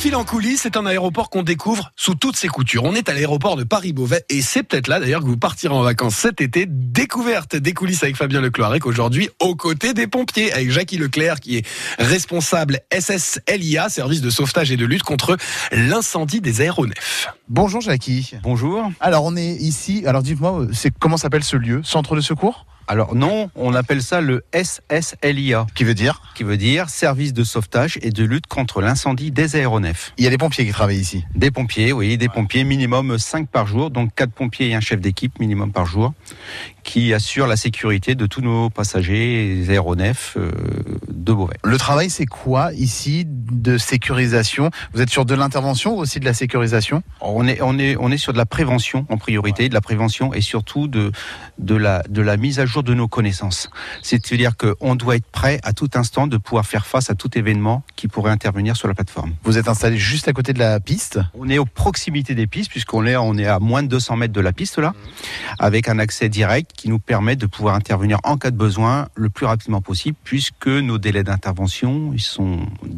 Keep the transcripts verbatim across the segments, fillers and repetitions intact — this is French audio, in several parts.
fil en coulisses, c'est un aéroport qu'on découvre sous toutes ses coutures. On est à l'aéroport de Paris-Beauvais et c'est peut-être là d'ailleurs que vous partirez en vacances cet été. Découverte des coulisses avec Fabien Lecloirec aujourd'hui aux côtés des pompiers avec Jackie Leclerc qui est responsable S S L I A, service de sauvetage et de lutte contre l'incendie des aéronefs. Bonjour Jackie. Bonjour. Alors on est ici, alors dites-moi, c'est, comment s'appelle ce lieu? Centre de secours? Alors non, on appelle ça le S S L I A. Qui veut dire? Qui veut dire Service de sauvetage et de lutte contre l'incendie des aéronefs. Il y a des pompiers qui travaillent ici? Des pompiers, oui, des pompiers, minimum cinq par jour, donc quatre pompiers et un chef d'équipe minimum par jour, qui assurent la sécurité de tous nos passagers et les aéronefs euh, de Beauvais. Le travail, c'est quoi ici de sécurisation? Vous êtes sur de l'intervention ou aussi de la sécurisation? On est, on est, on est sur de la prévention en priorité, de la prévention et surtout de, de, la, de la mise à jour de nos connaissances. C'est-à-dire qu'on doit être prêt à tout instant de pouvoir faire face à tout événement qui pourrait intervenir sur la plateforme. Vous êtes installé juste à côté de la piste? On est aux proximités des pistes puisqu'on est, on est à moins de deux cents mètres de la piste là, avec un accès direct qui nous permet de pouvoir intervenir en cas de besoin le plus rapidement possible puisque nos délais d'intervention ils sont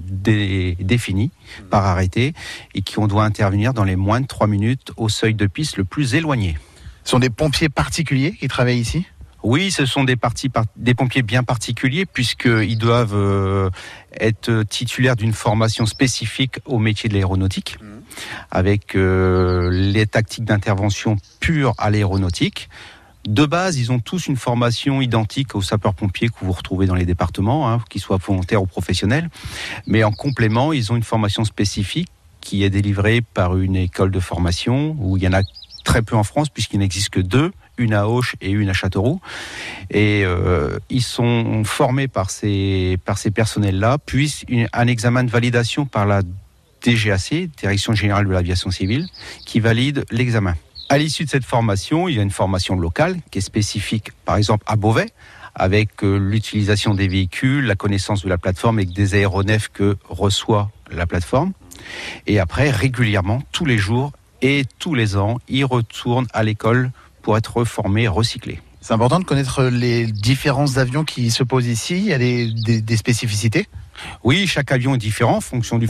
dé- définis par arrêté et qu'on doit intervenir dans les moins de trois minutes au seuil de piste le plus éloigné. Ce sont des pompiers particuliers qui travaillent ici? Oui, ce sont des, parties, des pompiers bien particuliers puisqu'ils doivent euh, être titulaires d'une formation spécifique au métier de l'aéronautique, mmh. avec euh, les tactiques d'intervention pures à l'aéronautique. De base, ils ont tous une formation identique aux sapeurs-pompiers que vous retrouvez dans les départements, hein, qu'ils soient volontaires ou professionnels. Mais en complément, ils ont une formation spécifique qui est délivrée par une école de formation où il y en a très peu en France puisqu'il n'existe que deux, une à Auch et une à Châteauroux. Et euh, ils sont formés par ces, par ces personnels-là, puis une, un examen de validation par la D G A C, Direction Générale de l'Aviation Civile, qui valide l'examen. À l'issue de cette formation, il y a une formation locale qui est spécifique, par exemple à Beauvais, avec euh, l'utilisation des véhicules, la connaissance de la plateforme et des aéronefs que reçoit la plateforme. Et après, régulièrement, tous les jours et tous les ans, ils retournent à l'école pour être formés, recyclés. C'est important de connaître les différents avions qui se posent ici. Il y a des, des, des spécificités? Oui, chaque avion est différent en fonction du